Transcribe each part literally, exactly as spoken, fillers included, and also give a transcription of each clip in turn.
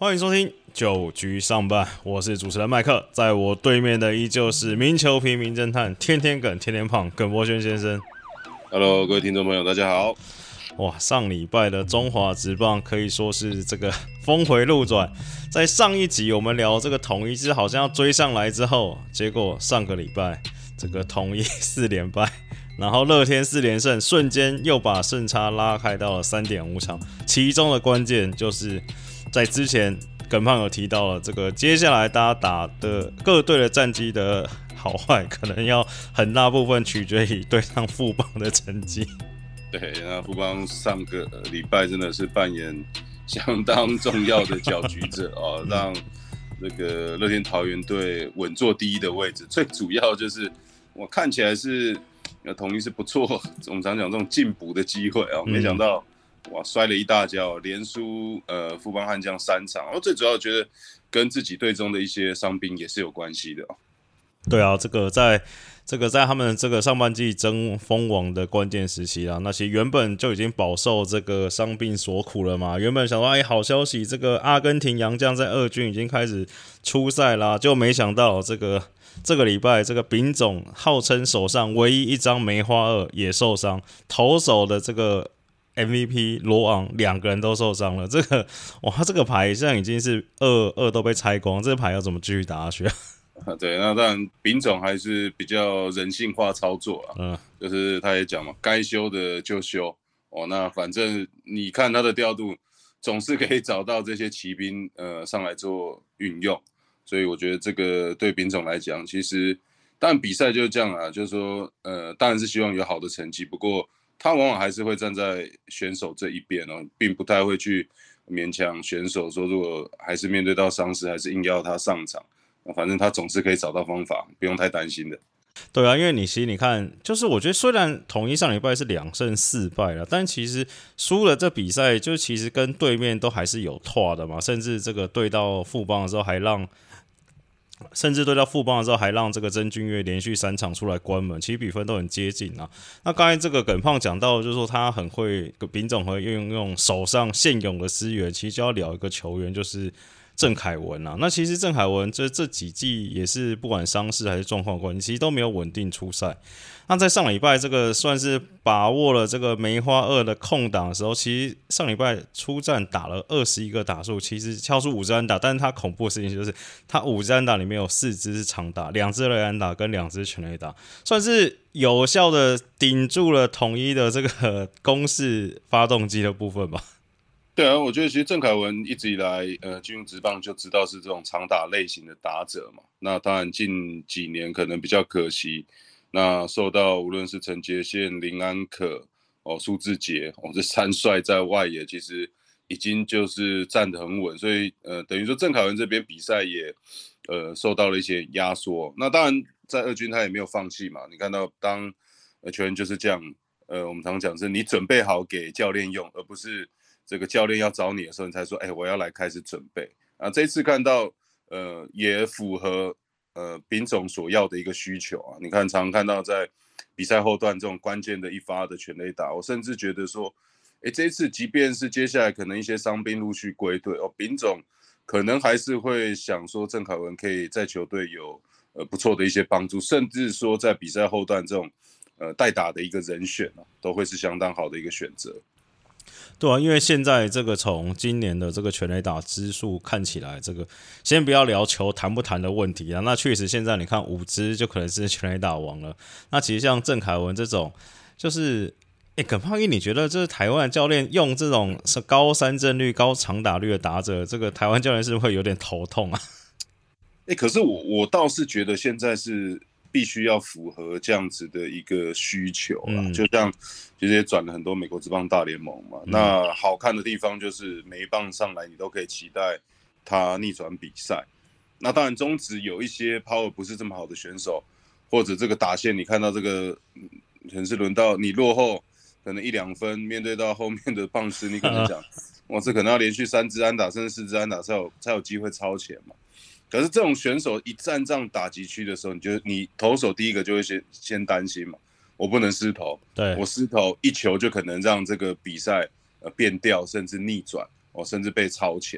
欢迎收听九局上半，我是主持人麦克，在我对面的依旧是名球评名侦探，天天梗天天胖耿博轩先生。 Hello， 各位听众朋友，大家好。 哇，上礼拜的中华职棒可以说是这个峰回路转。在上一集我们聊这个统一支好像要追上来之后，结果上个礼拜这个统一四连败，然后乐天四连胜，瞬间又把胜差拉开到了 三点五 场。其中的关键就是在之前耿胖有提到了，这个接下来大家打的各队的战绩的好坏，可能要很大部分取决于对上富邦的成绩。 对，那富邦上个礼拜真的是扮演相当重要的搅局者哦，让这个乐天桃园队稳坐第一的位置。最主要就是我看起来是统一是不错，我们常讲这种进补的机会啊、哦，没想到哇摔了一大跤，连输呃富邦悍将三场。然后最主要觉得跟自己队中的一些伤兵也是有关系的、哦。 对啊，这个在这个在他们这个上半季争封王的关键时期啊，那其实原本就已经饱受这个伤病所苦了嘛。原本想说，哎，好消息，这个阿根廷洋将在二军已经开始出赛啦，就没想到这个这个礼拜这个丙总号称手上唯一一张梅花二也受伤，投手的这个 M V P 罗昂两个人都受伤了。这个哇，这个牌现在已经是二二都被拆光，这个牌要怎么继续打下去啊？ 对，那当然，丙总还是比较人性化操作啊，嗯，就是他也讲嘛，该修的就修哦。那反正你看他的调度，总是可以找到这些骑兵呃上来做运用，所以我觉得这个对丙总来讲，其实当然比赛就是这样啊，就是说呃，当然是希望有好的成绩，不过他往往还是会站在选手这一边哦，并不太会去勉强选手说，如果还是面对到伤势，还是硬要他上场。反正他总是可以找到方法，不用太担心的。 对啊，因为你其实你看，就是我觉得虽然统一上礼拜是两胜四败了，但其实输了这比赛，就其实跟对面都还是有拖的嘛，甚至这个对到富邦的时候还让，甚至对到富邦的时候还让这个曾峻岳连续三场出来关门，其实比分都很接近啊。那刚才这个耿胖讲到，就是说他很会丙总会运用手上现有的资源，其实就要聊一个球员就是。郑凯文啊，那其实郑凯文这这几季也是不管伤势还是状况关系，其实都没有稳定出赛。那在上礼拜这个算是把握了这个梅花二的空档的时候，其实上礼拜出战打了二十一个打数，其实敲出五支安打，但是他恐怖的事情就是他五支安打里面有四支是长打，两支垒安打跟两支全垒打，算是有效的顶住了统一的这个攻势发动机的部分吧。 对啊，我觉得其实郑凯文一直以来，呃，进入职棒就知道是这种长打类型的打者嘛。那当然近几年可能比较可惜，那受到无论是陈杰宪、林安可、哦苏智杰，哦这三帅在外野其实已经就是站得很稳，所以呃等于说郑凯文这边比赛也呃受到了一些压缩。那当然在二军他也没有放弃嘛。你看到当呃球员就是这样，呃我们常讲是你准备好给教练用，而不是。这个教练要找你的时候，你才说，哎，我要来开始准备啊。这次看到，呃，也符合呃丙总所要的一个需求啊。你看，常常看到在比赛后段这种关键的一发的全垒打，我甚至觉得说，哎，这一次即便是接下来可能一些伤兵陆续归队哦，丙总可能还是会想说，郑凯文可以在球队有呃不错的一些帮助，甚至说在比赛后段这种呃代打的一个人选啊，都会是相当好的一个选择。 对啊，因为现在这个从今年的这个全垒打支数看起来，这个先不要聊球弹不弹的问题啊，那确实现在你看五支就可能是全垒打王了。那其实像郑凯文这种，就是哎，耿胖一，你觉得这台湾教练用这种高三振率、高长打率的打者，这个台湾教练是不是会有点头痛啊？ 哎，可是我我倒是觉得现在是。必须要符合这样子的一个需求啦、嗯、就像其实也转了很多美国职棒大联盟嘛、嗯，那好看的地方就是每一棒上来你都可以期待他逆转比赛。那当然中职有一些 power 不是这么好的选手，或者这个打线你看到这个可能是轮到你落后可能一两分，面对到后面的棒师，你可能讲哇这可能要连续三支安打甚至四支安打才有才有机会超前嘛。可是这种选手一站上打击区的时候，你就你投手第一个就会先先担心嘛，我不能失投， 对， 我失投一球就可能让这个比赛呃变调，甚至逆转，哦，甚至被超前。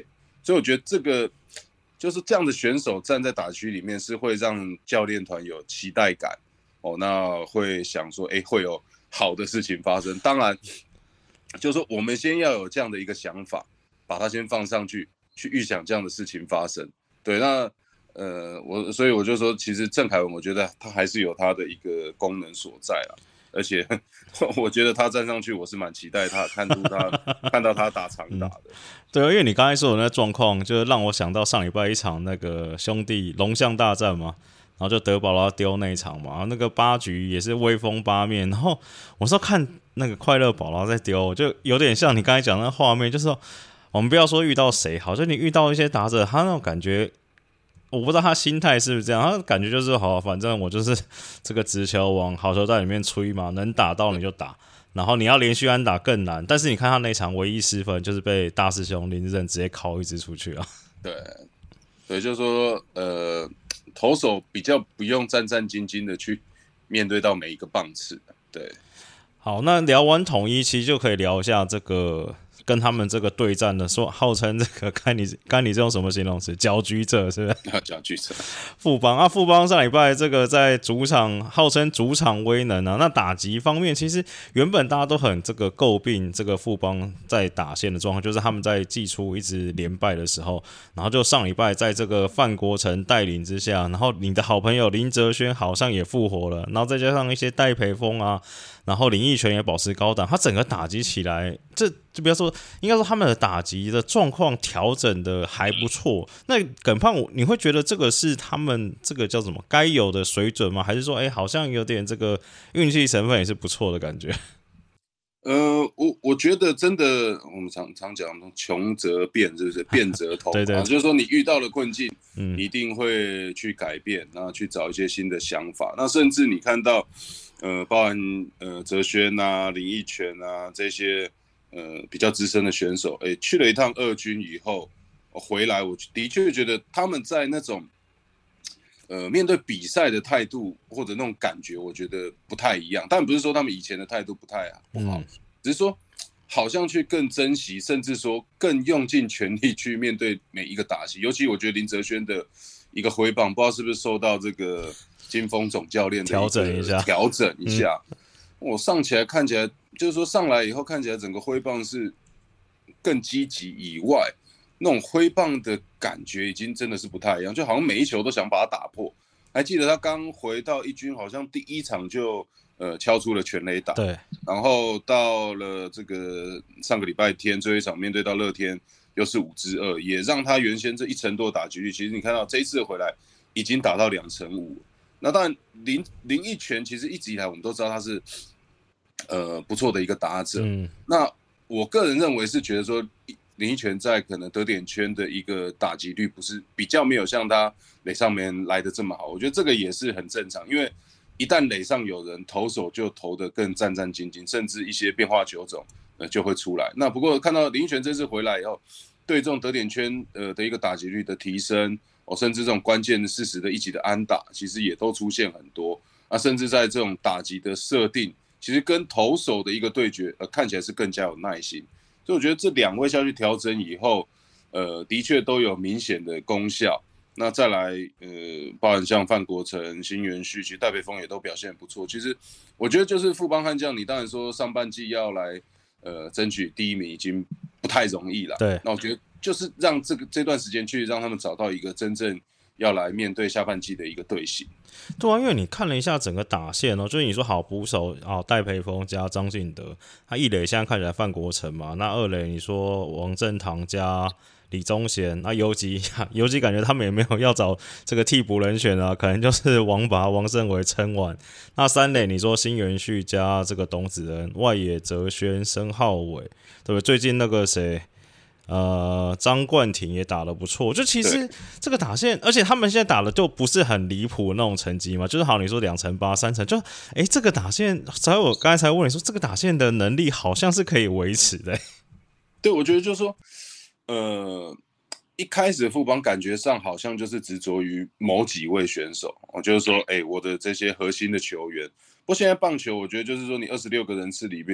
所以我觉得这个就是这样的选手站在打区里面是会让教练团有期待感哦，那会想说，哎，会有好的事情发生。当然，就是说我们先要有这样的一个想法，把它先放上去，去预想这样的事情发生。对，那呃，我所以我就说，其实郑凯文，我觉得他还是有他的一个功能所在啦。而且我觉得他站上去，我是蛮期待他看出他看到他打长打的。嗯、 对，因为你刚才说的那状况，就让我想到上礼拜一场那个兄弟龙象大战嘛，然后就德保拉丢那一场嘛，然后那个八局也是威风八面。然后我说看那个快乐宝拉在丢，就有点像你刚才讲的那画面，就是说我们不要说遇到谁，好像你遇到一些打者，他那种感觉。我不知道他心态是不是这样，他感觉就是好，反正我就是这个直球往好球带里面吹嘛，能打到你就打，然后你要连续安打更难。但是你看他那场唯一失分就是被大师兄林志正直接敲一支出去啊。 对，对，就是说呃，投手比较不用战战兢兢的去面对到每一个棒次。对， 好，那聊完统一，其实就可以聊一下这个。跟他们这个对战的，说号称这个看你看你这用什么形容词？搅局者是不是？ 搅局者。 富邦啊，富邦上礼拜这个在主场号称主场威能啊，那打击方面其实原本大家都很这个诟病这个富邦在打线的状况，就是他们在季初一直连败的时候，然后就上礼拜在这个范国成带领之下，然后你的好朋友林哲轩好像也复活了，然后再加上一些戴培峰啊。然后林奕泉也保持高档，他整个打击起来，这就不要说，应该说他们的打击的状况调整的还不错。那耿胖，你会觉得这个是他们这个叫什么该有的水准吗？还是说，哎，好像有点这个运气成分也是不错的感觉？ 呃，我我觉得真的，我们常常讲穷则变，是不是？变则通。对对、啊，就是说你遇到了困境，嗯，一定会去改变，然后去找一些新的想法。那甚至你看到。呃，包含呃哲轩啊、林奕泉啊这些呃比较资深的选手，哎，去了一趟二军以后回来，我的确觉得他们在那种呃面对比赛的态度或者那种感觉，我觉得不太一样。但不是说他们以前的态度不太不好，嗯、只是说好像去更珍惜，甚至说更用尽全力去面对每一个打席。尤其我觉得林哲轩的一个挥棒，不知道是不是受到这个。金峰总教练的调整一下， 调整一下，我、嗯、上起来看起来，就是说上来以后看起来整个挥棒是更积极以外，那种挥棒的感觉已经真的是不太一样，就好像每一球都想把它打破。还记得他刚回到一军，好像第一场就呃敲出了全垒打， 对， 然后到了这个上个礼拜天最后一场面对到乐天，又是五支二，也让他原先这一成多打击率，其实你看到这一次回来已经打到两成五。那当然林，林奕泉其实一直以来我们都知道他是，呃不错的一个打者。嗯、那我个人认为是觉得说，林奕泉在可能得点圈的一个打击率不是比较没有像他垒上面来的这么好。我觉得这个也是很正常，因为一旦垒上有人，投手就投得更战战兢兢，甚至一些变化球种呃就会出来。那不过看到林奕泉这次回来以后，对这种得点圈呃的一个打击率的提升。哦，甚至这种关键的事实的一级的安打，其实也都出现很多啊，甚至在这种打击的设定，其实跟投手的一个对决，呃，看起来是更加有耐心。所以我觉得这两位下去调整以后，呃，的确都有明显的功效。那再来，呃，包含像范国成、新元旭，其实戴培峰也都表现不错。其实我觉得就是富邦悍将，你当然说上半季要来呃争取第一名已经不太容易了。 对， 那我觉得。就是让这个这段时间去让他们找到一个真正要来面对下半季的一个队形。 对啊，因为你看了一下整个打线哦，就是你说好捕手啊，戴培峰加张进德，他一垒现在看起来范国成嘛，那二垒你说王正堂加李宗贤，那游击游击感觉他们也没有要找这个替补人选啊，可能就是王拔、王胜伟撑完。那三垒你说新元旭加这个董子恩，外野哲轩、申浩伟，对不对？最近那个谁？呃，张冠廷也打得不错，就其实这个打线，而且他们现在打的就不是很离谱那种成绩嘛，就是好你说两成八、三成，就哎这个打线，才我刚才才问你说这个打线的能力好像是可以维持的。 对，我觉得就是说，呃，一开始富邦感觉上好像就是执着于某几位选手，我就是说，哎，我的这些核心的球员。不过现在棒球，我觉得就是说，你二十六个人次里面。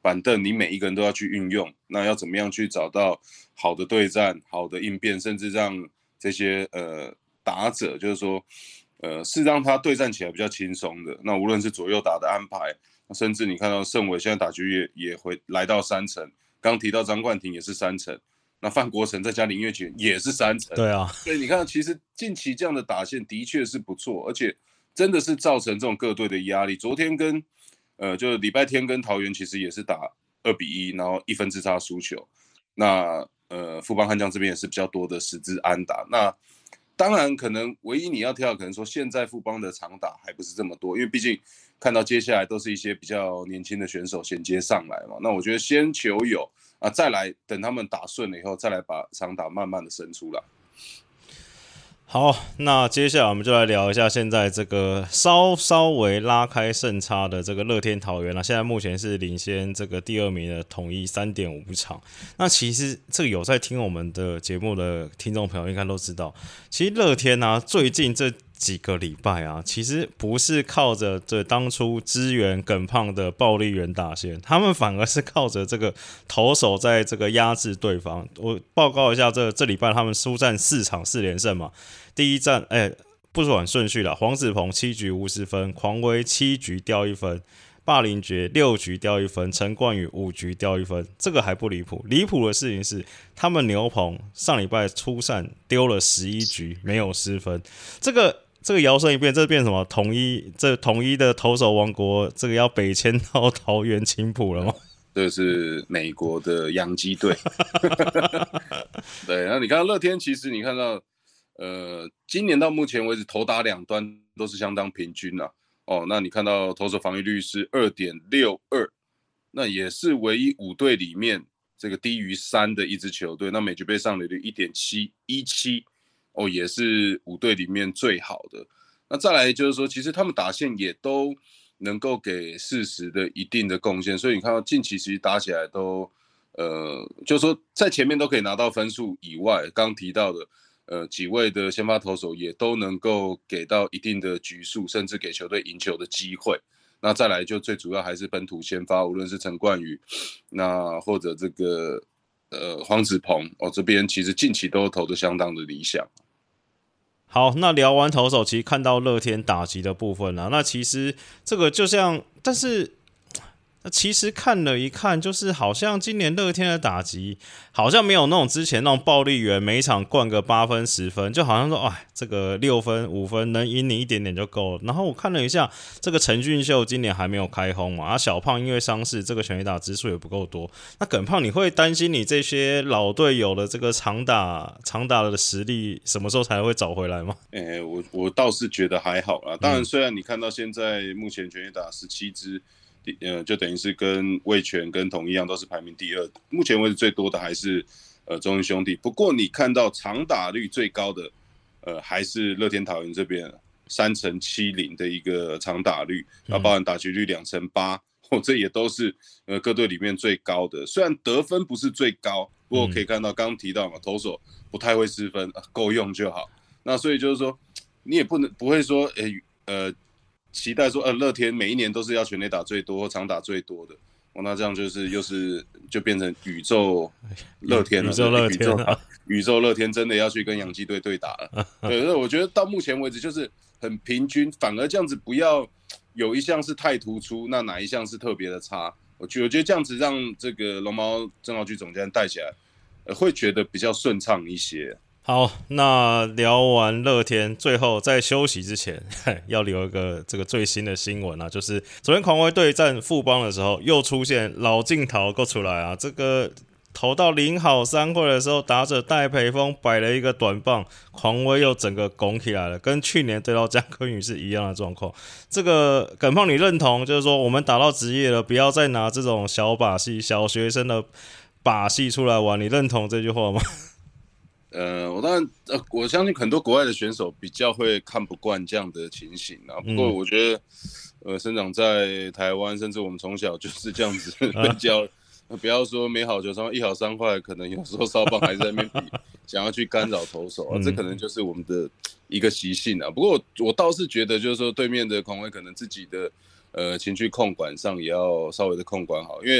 板凳你每一个人都要去运用，那要怎么样去找到好的对战、好的应变，甚至让这些呃打者，就是说，呃，是让他对战起来比较轻松的。那无论是左右打的安排，甚至你看到盛伟现在打局也也回来到三成，刚提到张冠廷也是三成，那范国成再加林月群也是三成。 对啊， 所以你看，其实近期这样的打线的确是不错，而且真的是造成这种各队的压力。昨天跟呃，就礼拜天跟桃园其实也是打二比一，然后一分之差输球。那呃，富邦悍将这边也是比较多的十支安打。那当然，可能唯一你要挑，可能说现在富邦的长打还不是这么多，因为毕竟看到接下来都是一些比较年轻的选手衔接上来嘛。那我觉得先求有啊，再来等他们打顺了以后，再来把长打慢慢的生出来。 好，那接下来我们就来聊一下现在这个稍稍微拉开胜差的这个乐天桃园了。现在目前是领先这个第二名的统一 三点五 场。那其实这个有在听我们的节目的听众朋友应该都知道，其实乐天啊最近这几个礼拜啊，其实不是靠着这当初支援耿胖的暴力员打线，他们反而是靠着这个投手在这个压制对方。我报告一下这，这这礼拜他们输战四场四连胜嘛。第一战，哎、欸，不管顺序啦，黄子鹏七局五十分，狂威七局掉一分，霸凌爵六局掉一分，陈冠宇五局掉一分，这个还不离谱。离谱的事情是，他们牛棚上礼拜出赛丢了十一局，没有失分。这个这个摇身一变，这变什么？统一这统一的投手王国，这个要北迁到桃园青埔了吗？ 这是美国的洋基队。对，那你看到乐天，其实你看到。呃，今年到目前为止，投打两端都是相当平均啊。哦，那你看到投手防御率是 二点六二， 那也是唯一五队里面这个低于三的一支球队。那每局被上垒率 一点七一七， 哦，也是五队里面最好的。那再来就是说，其实他们打线也都能够给适时的一定的贡献，所以你看到近期其实打起来都，呃，就是说在前面都可以拿到分数以外，刚提到的。呃，几位的先发投手也都能够给到一定的局数，甚至给球队赢球的机会。那再来就最主要还是本土先发，无论是陈冠宇，那或者这个呃黄子鹏哦，这边其实近期都投的相当的理想。 好，那聊完投手，其实看到乐天打击的部分啦，那其实这个就像，但是。其实看了一看，就是好像今年乐天的打击好像没有那种之前那种暴力员，每一场灌个八分十分，就好像说，哎，这个六分五分能赢你一点点就够了。然后我看了一下，这个陈俊秀今年还没有开轰嘛，啊，小胖因为伤势，这个全垒打支数也不够多。那耿胖，你会担心你这些老队友的这个长打长打的实力什么时候才会找回来吗？ 欸、我我倒是觉得还好啦。当然，虽然你看到现在目前全垒打十七支。呃，就等于是跟味全跟统一一样，都是排名第二。目前为止最多的还是呃中英兄弟。不过你看到长打率最高的，呃，还是乐天桃园这边三成七零的一个长打率，然后包含打击率两成八，哦，这也都是呃各队里面最高的。虽然得分不是最高，不过可以看到刚刚提到嘛，投手不太会失分，够用就好。那所以就是说，你也不能不会说，诶呃。期待说，呃，乐天每一年都是要全垒打最多或长打最多的，哦，那这样就是又是就变成宇宙乐天了， 宇宙乐天啊， 宇宙乐天真的要去跟洋基队对打了。对，所以我觉得到目前为止就是很平均，反而这样子不要有一项是太突出，那哪一项是特别的差？我觉得我觉得这样子让这个龙猫郑浩居总监带起来，呃，会觉得比较顺畅一些。 好，那聊完乐天，最后在休息之前，要留一个这个最新的新闻啊，就是昨天狂威对战富邦的时候，又出现老镜头够出来啊，这个投到零好三会的时候，打者戴培峰摆了一个短棒，狂威又整个拱起来了，跟去年对到江坤宇是一样的状况。这个耿胖，你认同就是说我们打到职业了，不要再拿这种小把戏、小学生的把戏出来玩，你认同这句话吗？ 呃，我当然，呃，我相信很多国外的选手比较会看不惯这样的情形啊。不过我觉得，呃，生长在台湾，甚至我们从小就是这样子被教，啊、不要说没好球伤一好三坏，可能有时候少棒还在那边比，想要去干扰投手啊，这可能就是我们的一个习性啊。不过我, 我倒是觉得，就是说对面的狂威可能自己的呃情绪控管上也要稍微的控管好，因为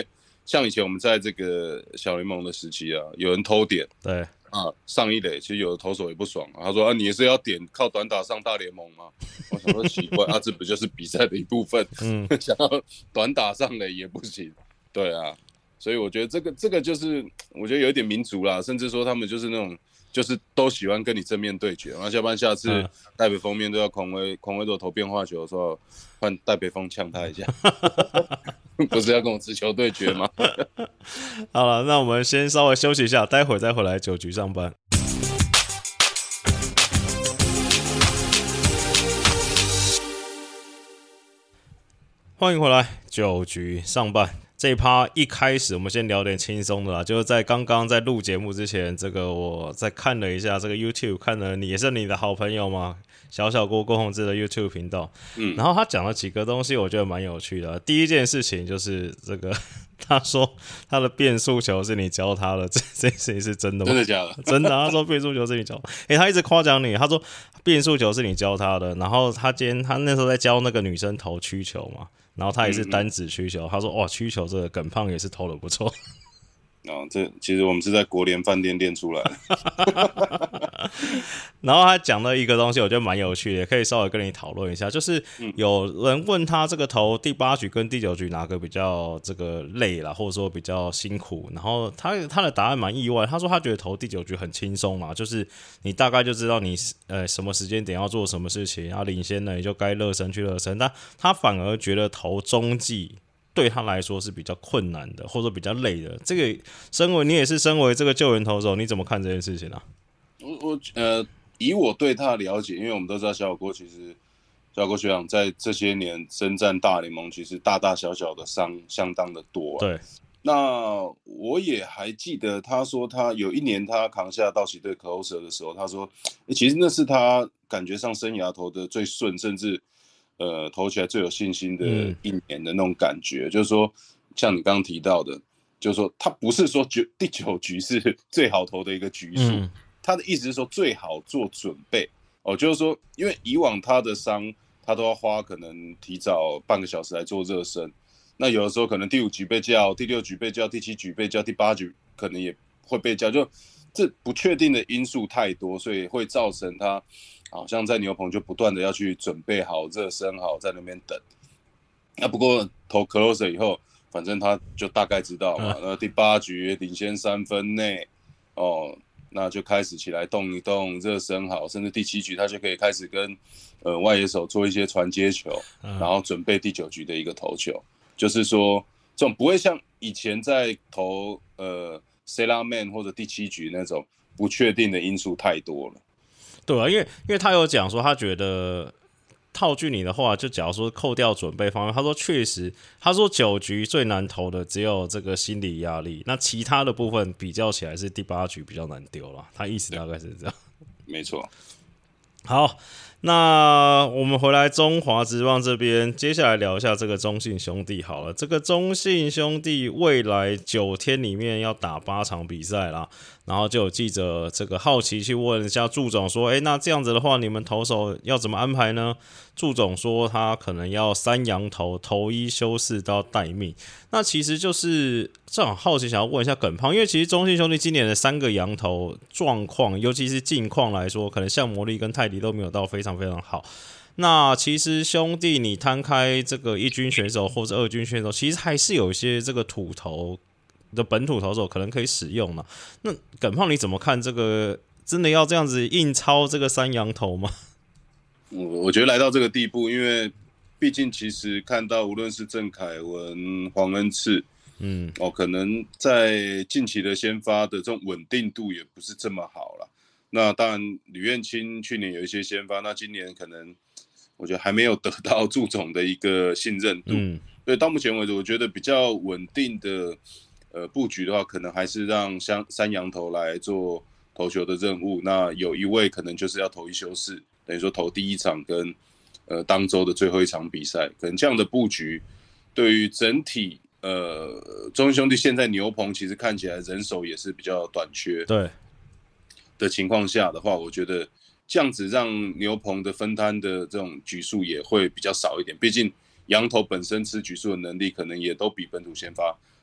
像以前我们在这个小联盟的时期啊，有人偷点， 对啊，上一垒其实有的投手也不爽、啊，他说啊，你是要点靠短打上大联盟吗？我想说奇怪啊，这不就是比赛的一部分？嗯，想要短打上垒也不行，对啊，所以我觉得这个这个就是我觉得有一点民族啦，甚至说他们就是那种就是都喜欢跟你正面对决，然后下班下次戴北风面对到孔威，孔威如果投变化球的时候，换戴北风呛他一下。不是要跟我直球对决吗？ 好了，那我们先稍微休息一下，待会再回来九局上班。欢迎回来九局上半。这一趴一开始，我们先聊点轻松的啦。就是在刚刚在录节目之前，这个我在看了一下这个 YouTube， 看了你也是你的好朋友嘛，小小郭郭宏志的 YouTube 频道。嗯，然后他讲了几个东西，我觉得蛮有趣的。第一件事情就是这个，他说他的变速球是你教他的，这这件事情是真的吗？ 真的假的？ 真的、啊。他说变速球是你教他，诶、欸，他一直夸奖你，他说变速球是你教他的，然后他今天他那时候在教那个女生投曲球嘛。然后他也是单指曲球，嗯嗯他说：“哇，曲球这个耿胖也是投的不错。” 哦，这其实我们是在国联饭店练出来的。 然后他讲了一个东西，我觉得蛮有趣的，也可以稍微跟你讨论一下。就是有人问他这个投第八局跟第九局哪个比较这个累啦，或者说比较辛苦。然后他他的答案蛮意外，他说他觉得投第九局很轻松嘛，就是你大概就知道你呃什么时间点要做什么事情，然后领先了你就该热身去热身。但他反而觉得投中继对他来说是比较困难的，或者说比较累的。这个，身为你也是身为这个救援投手，你怎么看这件事情啊？ 我我呃，以我对他的了解，因为我们都知道小小郭其实小小郭学长在这些年征战大联盟，其实大大小小的伤相当的多、啊。 对。 那我也还记得，他说他有一年他扛下道奇队 closer 的时候，他说、欸，其实那是他感觉上生涯投的最顺，甚至。呃，投起来最有信心的一年的那种感觉，嗯、就是说，像你刚刚提到的，就是说，他不是说九第九局是最好投的一个局数，嗯、他的意思是说最好做准备哦，就是说，因为以往他的伤，他都要花可能提早半个小时来做热身，那有的时候可能第五局被叫，第六局被叫，第七局被叫，第八局可能也会被叫，就这不确定的因素太多，所以会造成他。好像在牛棚就不断的要去准备好热身好，在那边等。那不过投 closer 以后，反正他就大概知道嘛。那、嗯、第八局领先三分内，哦，那就开始起来动一动，热身好，甚至第七局他就可以开始跟呃外野手做一些传接球，嗯、然后准备第九局的一个投球。就是说，这种不会像以前在投呃 Sailor Man 或者第七局那种不确定的因素太多了。 对啊，因为因为他有讲说，他觉得套句你的话，就假如说扣掉准备方面，他说确实，他说九局最难投的只有这个心理压力，那其他的部分比较起来是第八局比较难丢了。他意思大概是这样。 没错。 好，那我们回来中华职棒这边，接下来聊一下这个中信兄弟好了。这个中信兄弟未来九天里面要打八场比赛啦。然后就有记者这个好奇去问一下祝总说，诶，那这样子的话，你们投手要怎么安排呢？祝总说他可能要三洋投，投一休四到待命。那其实就是正好好奇想要问一下耿胖，因为其实中信兄弟今年的三个洋投状况，尤其是近况来说，可能像魔力跟泰迪都没有到非常非常好。那其实兄弟，你摊开这个一军选手或者二军选手，其实还是有一些这个土投的本土投手可能可以使用嘛？那耿胖你怎么看这个？真的要这样子硬抄这个三洋投吗？ 我觉得来到这个地步，因为毕竟其实看到无论是郑凯文、黄恩赐，嗯，哦，可能在近期的先发的这种稳定度也不是这么好了。那当然，吕彦青去年有一些先发，那今年可能我觉得还没有得到祝总的一个信任度。嗯，所以到目前为止，我觉得比较稳定的。呃，布局的话，可能还是让像三洋投来做投球的任务。那有一位可能就是要投一休四，等于说投第一场跟呃当周的最后一场比赛，可能这样的布局对于整体呃中信兄弟现在牛棚其实看起来人手也是比较短缺， 对的情况下的话，我觉得这样子让牛棚的分摊的这种局数也会比较少一点。毕竟洋投本身吃局数的能力可能也都比本土先发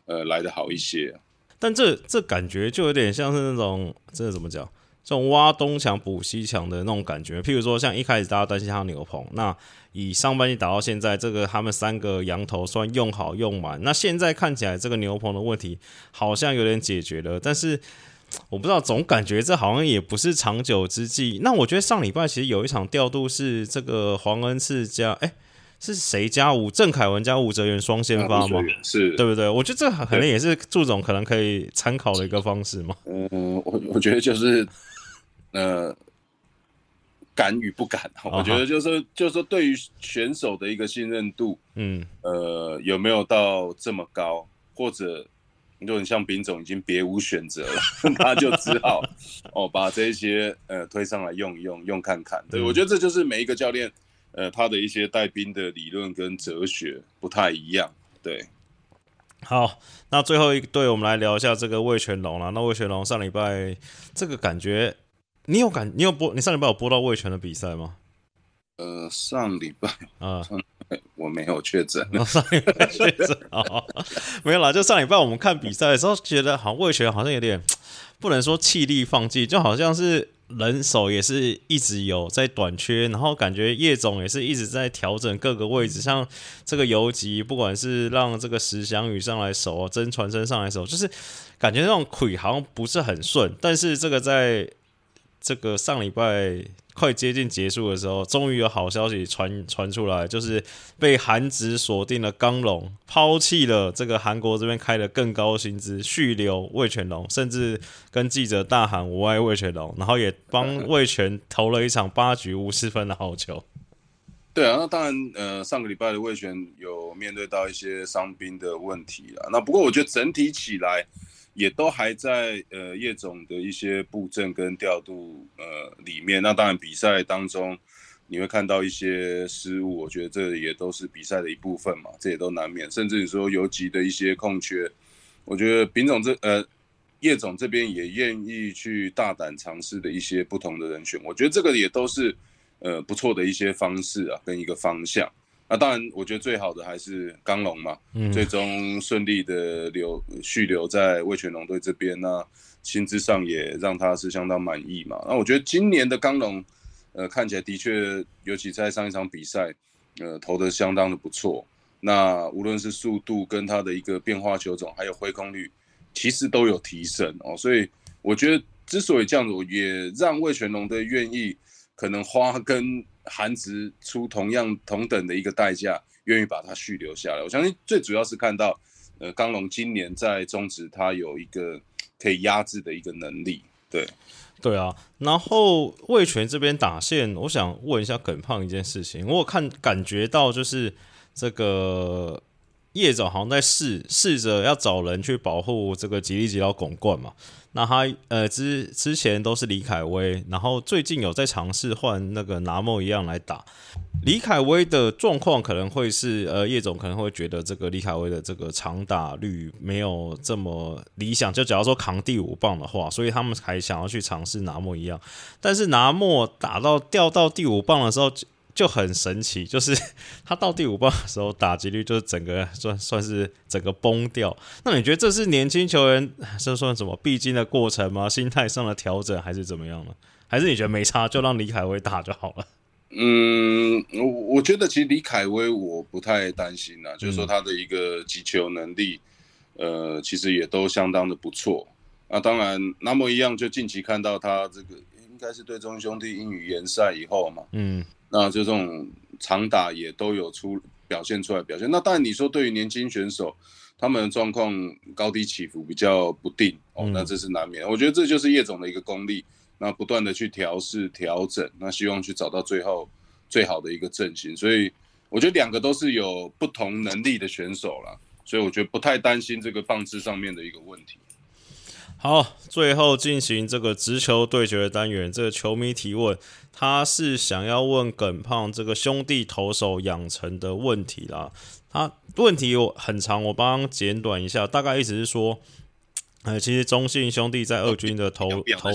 呃来得好一些。 但这这感觉就有点像是那种，这怎么讲？这种挖东墙补西墙的那种感觉。譬如说，像一开始大家担心他牛棚，那以上半季打到现在，这个他们三个羊头算用好用满。那现在看起来这个牛棚的问题好像有点解决了，但是我不知道，总感觉这好像也不是长久之计。那我觉得上礼拜其实有一场调度是这个黄恩赐加哎。欸是谁加吴郑凯文加吴哲源双先发吗？ 是， 对不对？我觉得这可能也是祝总可能可以参考的一个方式嘛。 嗯、呃，我我觉得就是呃，敢与不敢，我觉得就是就是说对于选手的一个信任度，嗯，呃，有没有到这么高，或者就很像丙总已经别无选择了，他就只好哦把这些呃推上来用一用用看看。对、嗯、我觉得这就是每一个教练。呃，他的一些带兵的理论跟哲学不太一样，对。 好，那最后一队我们来聊一下这个味全龙啦。那味全龙上礼拜这个感觉，你有感，你有播，你上礼拜有播到味全的比赛吗？ 呃，上礼拜啊，上礼拜我没有确诊， 哦、上礼拜确诊哦，没有啦，就上礼拜我们看比赛的时候，觉得好像味全好像有点不能说气力放弃，就好像是。人手也是一直有在短缺，然后感觉叶总也是一直在调整各个位置，像这个游击，不管是让这个石翔宇上来守，真传生上来守，就是感觉那种腿好像不是很顺，但是这个在这个上礼拜快接近结束的时候，终于有好消息传传出来，就是被韩职锁定了刚龙，抛弃了这个韩国这边开的更高薪资，续留味全龙，甚至跟记者大喊我爱味全龙，然后也帮味全投了一场八局无失分的好球。 对啊，那当然，呃，上个礼拜的味全有面对到一些伤兵的问题啦。那不过我觉得整体起来。也都还在呃叶总的一些布阵跟调度呃里面，那当然比赛当中你会看到一些失误，我觉得这也都是比赛的一部分嘛，这也都难免。甚至你说游击的一些空缺，我觉得丙总这呃叶总这边也愿意去大胆尝试的一些不同的人选，我觉得这个也都是呃不错的一些方式啊，跟一个方向。那当然，我觉得最好的还是刚龙嘛，嗯、最终顺利的留续留在味全龙队这边，那薪资上也让他是相当满意嘛。那我觉得今年的刚龙，呃，看起来的确，尤其在上一场比赛，呃，投的相当的不错。那无论是速度跟他的一个变化球种，还有挥空率，其实都有提升哦。所以我觉得，之所以这样子，也让味全龙队愿意可能花跟韩职出同样同等的一个代价，愿意把它续留下来。我相信最主要是看到，呃，刚龙今年在中职他有一个可以压制的一个能力。对， 对啊。然后味全这边打线，我想问一下耿胖一件事情，我有看感觉到就是这个叶总好像在试试着要找人去保护这个吉利吉劳拱冠嘛。那他呃之之前都是李凯威，然后最近有在尝试换那个拿莫一样来打。李凯威的状况可能会是呃叶总可能会觉得这个李凯威的这个长打率没有这么理想，就假如说扛第五棒的话，所以他们还想要去尝试拿莫一样。但是拿莫打到掉到第五棒的时候就就很神奇，就是他到第五棒的时候打击率就是整个算算是整个崩掉。那你觉得这是年轻球员这算什么必经的过程吗？心态上的调整还是怎么样呢？还是你觉得没差，就让李凯威打就好了？ 嗯，我我觉得其实李凯威我不太担心啦，嗯、就是说他的一个击球能力，呃，其实也都相当的不错。那当然，那么一样就近期看到他这个应该是对中兄弟英语联赛以后嘛，嗯。那就这种长打也都有出表现出来表现。那当然你说对于年轻选手，他们的状况高低起伏比较不定哦，那这是难免。我觉得这就是叶总的一个功力，那不断的去调试调整，那希望去找到最后最好的一个阵型。所以我觉得两个都是有不同能力的选手啦，所以我觉得不太担心这个放置上面的一个问题。 好，最后进行这个直球对决的单元，这个球迷提问，他是想要问耿胖这个兄弟投手养成的问题啦。他问题有很长，我帮简短一下，大概意思是说，呃，其实中信兄弟在二军的投投，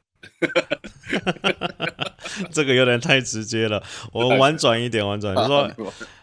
这个有点太直接了，我婉转一点，婉转，就说。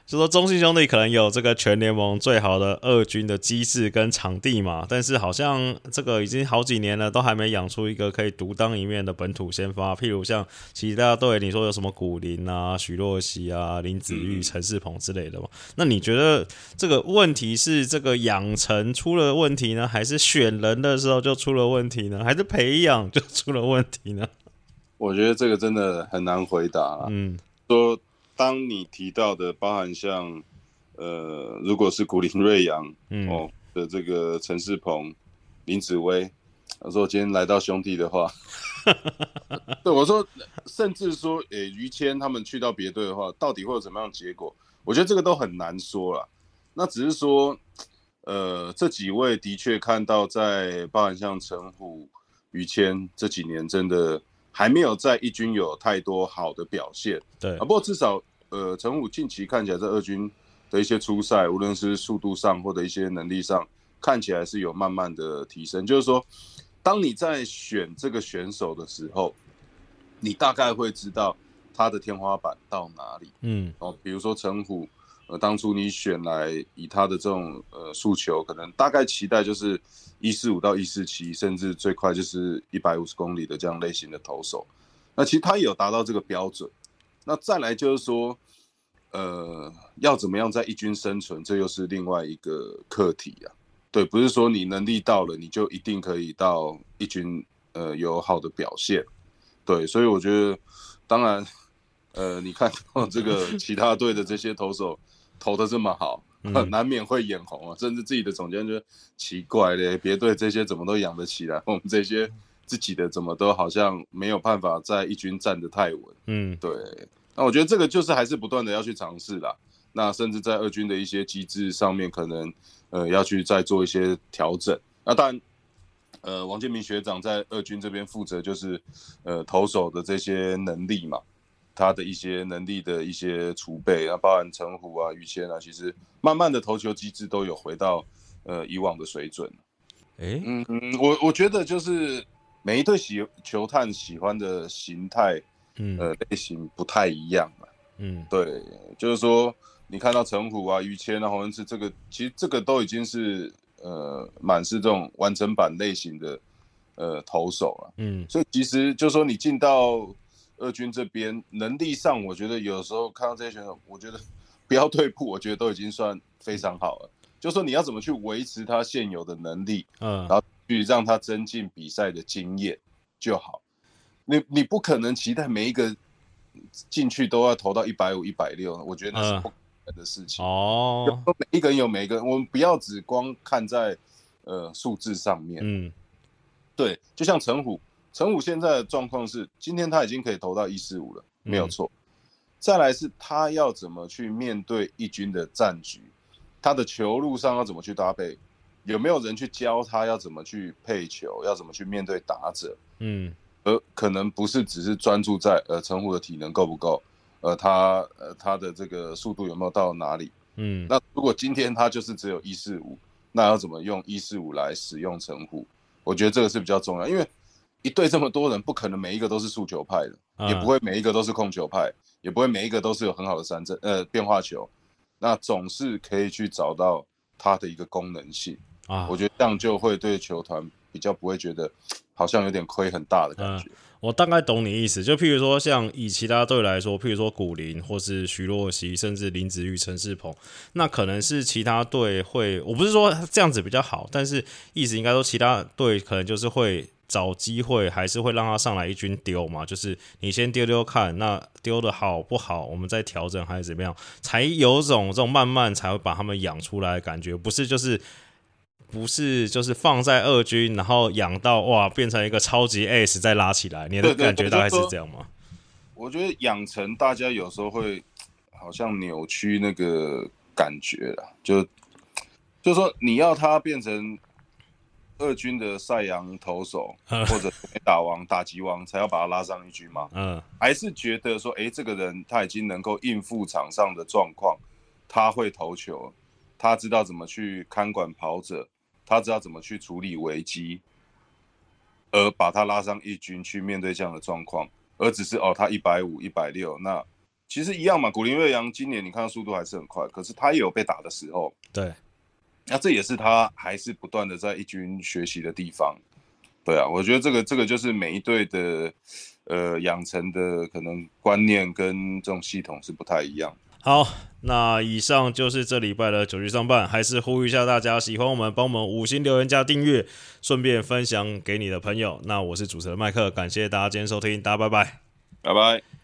就说中信兄弟可能有这个全联盟最好的二军的机制跟场地嘛，但是好像这个已经好几年了，都还没养出一个可以独当一面的本土先发。譬如像其他队，你说有什么古林啊、许若曦啊、林子玉、陈世鹏之类的嘛？那你觉得这个问题是这个养成出了问题呢，还是选人的时候就出了问题呢，还是培养就出了问题呢？ 我觉得这个真的很难回答啦。嗯，说当你提到的，包含像呃，如果是古林瑞阳、嗯、哦的这个陈世鹏、林子威，他说今天来到兄弟的话，对我说，甚至说，诶、欸，于谦他们去到别队的话，到底会有怎么样的结果？我觉得这个都很难说啦。那只是说，呃，这几位的确看到在包含像陈虎、于谦这几年真的还没有在一军有太多好的表现。 对啊，不过至少呃，陈虎近期看起来在二军的一些出赛，无论是速度上或者一些能力上，看起来是有慢慢的提升。就是说，当你在选这个选手的时候，你大概会知道他的天花板到哪里。嗯，哦，比如说陈虎。呃，当初你选来以他的这种呃诉求，可能大概期待就是一四五到一四七，甚至最快就是一百五十公里的这样类型的投手。那其实他也有达到这个标准。那再来就是说，呃，要怎么样在一军生存，这又是另外一个课题啊。对，不是说你能力到了，你就一定可以到一军呃有好的表现。对，所以我觉得，当然，呃，你看到这个其他队的这些投手。投的这么好，嗯、难免会眼红啊，甚至自己的总监就奇怪嘞，别队这些怎么都养得起来，我们这些自己的怎么都好像没有办法在一军站得太稳。嗯，对。那我觉得这个就是还是不断的要去尝试啦。那甚至在二军的一些机制上面，可能呃要去再做一些调整。那当然，呃，王建民学长在二军这边负责就是呃投手的这些能力嘛。他的一些能力的一些储备，啊，包含陈虎啊、于谦啊，其实慢慢的投球机制都有回到呃以往的水准。欸、嗯，我我觉得就是每一队喜球探喜欢的形态，嗯，呃类型不太一样嘛。嗯，对，就是说你看到陈虎啊、于谦啊、洪恩赐这个，其实这个都已经是呃满是这种完整版类型的呃投手了。嗯，所以其实就是说你进到二军这边能力上，我觉得有时候看到这些选手，我觉得不要退步，我觉得都已经算非常好了。就说你要怎么去维持他现有的能力，嗯，然后去让他增进比赛的经验就好。你你不可能期待每一个进去都要投到一百五、一百六，我觉得那是不可能的事情。哦，每一个人有每一个，我们不要只光看在呃数字上面。嗯，对，就像陈虎。陈虎现在的状况是，今天他已经可以投到一四五了，没有错。嗯、再来是他要怎么去面对一军的战局，他的球路上要怎么去搭配，有没有人去教他要怎么去配球，要怎么去面对打者？嗯，而可能不是只是专注在呃陈虎的体能够不够，呃他呃他的这个速度有没有到哪里？嗯，那如果今天他就是只有一四五，那要怎么用一四五来使用陈虎？我觉得这个是比较重要，因为。一队这么多人，不可能每一个都是速球派的，嗯、也不会每一个都是控球派，也不会每一个都是有很好的三振呃变化球，那总是可以去找到它的一个功能性啊。我觉得这样就会对球团比较不会觉得好像有点亏很大的感觉。嗯、 我大概懂你意思，就譬如说像以其他队来说，譬如说古林或是徐若曦，甚至林子玉、陈世鹏，那可能是其他队会，我不是说这样子比较好，但是意思应该说其他队可能就是会。找机会还是会让他上来一军丢嘛，就是你先丢丢看，那丢的好不好，我们再调整还是怎么样，才有种这种慢慢才会把他们养出来的感觉，不是就是不是就是放在二军，然后养到哇变成一个超级 ace 再拉起来，你的感觉大概是这样吗？ 我觉得养成大家有时候会好像扭曲那个感觉啦，就就说你要他变成。二军的赛扬投手或者打王、打击王，才要把他拉上一军吗？嗯，还是觉得说，哎，这个人他已经能够应付场上的状况，他会投球，他知道怎么去看管跑者，他知道怎么去处理危机，而把他拉上一军去面对这样的状况，而只是哦，他一百五、一百六，那其实一样嘛，古林睿煬今年你看到速度还是很快，可是他也有被打的时候。 对， 那这也是他还是不断的在一军学习的地方。对啊，我觉得这个这个就是每一队的呃养成的可能观念跟这种系统是不太一样。 好，那以上就是这礼拜的九局上半，还是呼吁一下大家，喜欢我们帮我们五星留言加订阅，顺便分享给你的朋友。那我是主持人麦克，感谢大家今天收听，大家拜拜， 拜拜。